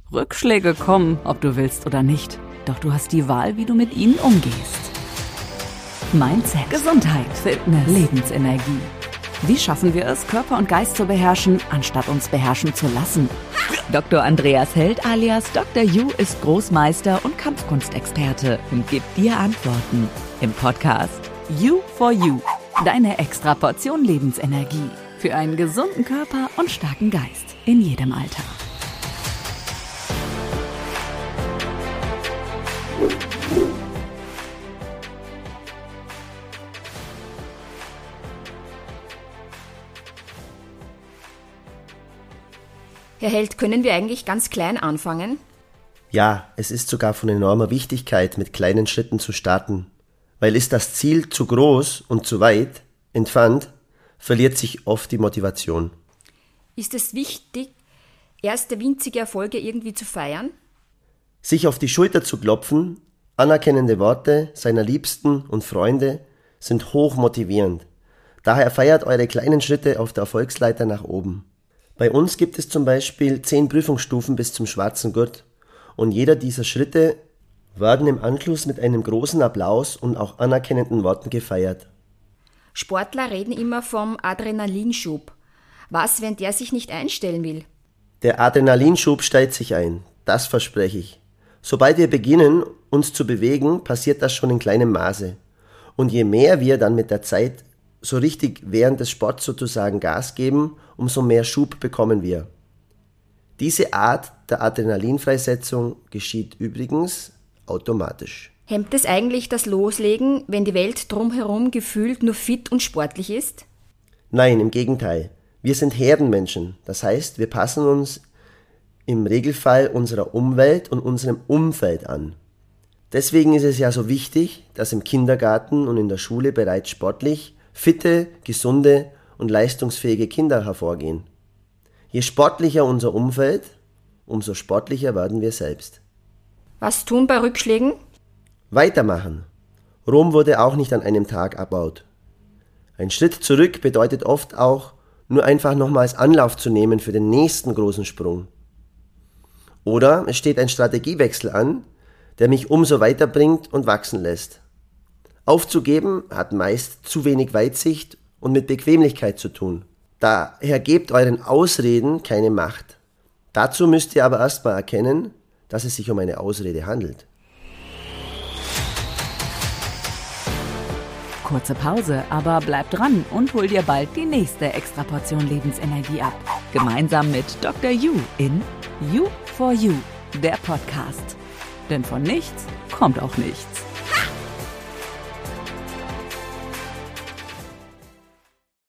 Rückschläge kommen, ob du willst oder nicht. Doch du hast die Wahl, wie du mit ihnen umgehst. Mindset, Gesundheit, Fitness, Lebensenergie. Wie schaffen wir es, Körper und Geist zu beherrschen, anstatt uns beherrschen zu lassen? Dr. Andreas Held alias Dr. Yu ist Großmeister und Kampfkunstexperte und gibt dir Antworten im Podcast You for You. Deine extra Portion Lebensenergie für einen gesunden Körper und starken Geist in jedem Alter. Herr Held, können wir eigentlich ganz klein anfangen? Ja, es ist sogar von enormer Wichtigkeit, mit kleinen Schritten zu starten. Weil ist das Ziel zu groß und zu weit entfernt, verliert sich oft die Motivation. Ist es wichtig, erste winzige Erfolge irgendwie zu feiern? Sich auf die Schulter zu klopfen, anerkennende Worte seiner Liebsten und Freunde sind hoch motivierend. Daher feiert eure kleinen Schritte auf der Erfolgsleiter nach oben. Bei uns gibt es zum Beispiel 10 Prüfungsstufen bis zum schwarzen Gurt und jeder dieser Schritte werden im Anschluss mit einem großen Applaus und auch anerkennenden Worten gefeiert. Sportler reden immer vom Adrenalinschub. Was, wenn der sich nicht einstellen will? Der Adrenalinschub stellt sich ein, das verspreche ich. Sobald wir beginnen, uns zu bewegen, passiert das schon in kleinem Maße. Und je mehr wir dann mit der Zeit so richtig während des Sports sozusagen Gas geben, umso mehr Schub bekommen wir. Diese Art der Adrenalinfreisetzung geschieht übrigens automatisch. Hemmt es eigentlich das Loslegen, wenn die Welt drumherum gefühlt nur fit und sportlich ist? Nein, im Gegenteil. Wir sind Herdenmenschen. Das heißt, wir passen uns im Regelfall unserer Umwelt und unserem Umfeld an. Deswegen ist es ja so wichtig, dass im Kindergarten und in der Schule bereits sportlich fitte, gesunde und leistungsfähige Kinder hervorgehen. Je sportlicher unser Umfeld, umso sportlicher werden wir selbst. Was tun bei Rückschlägen? Weitermachen. Rom wurde auch nicht an einem Tag erbaut. Ein Schritt zurück bedeutet oft auch, nur einfach nochmals Anlauf zu nehmen für den nächsten großen Sprung. Oder es steht ein Strategiewechsel an, der mich umso weiterbringt und wachsen lässt. Aufzugeben hat meist zu wenig Weitsicht und mit Bequemlichkeit zu tun. Daher gebt euren Ausreden keine Macht. Dazu müsst ihr aber erstmal erkennen, dass es sich um eine Ausrede handelt. Kurze Pause, aber bleib dran und hol dir bald die nächste Extraportion Lebensenergie ab. Gemeinsam mit Dr. Yu in You for You, der Podcast. Denn von nichts kommt auch nichts.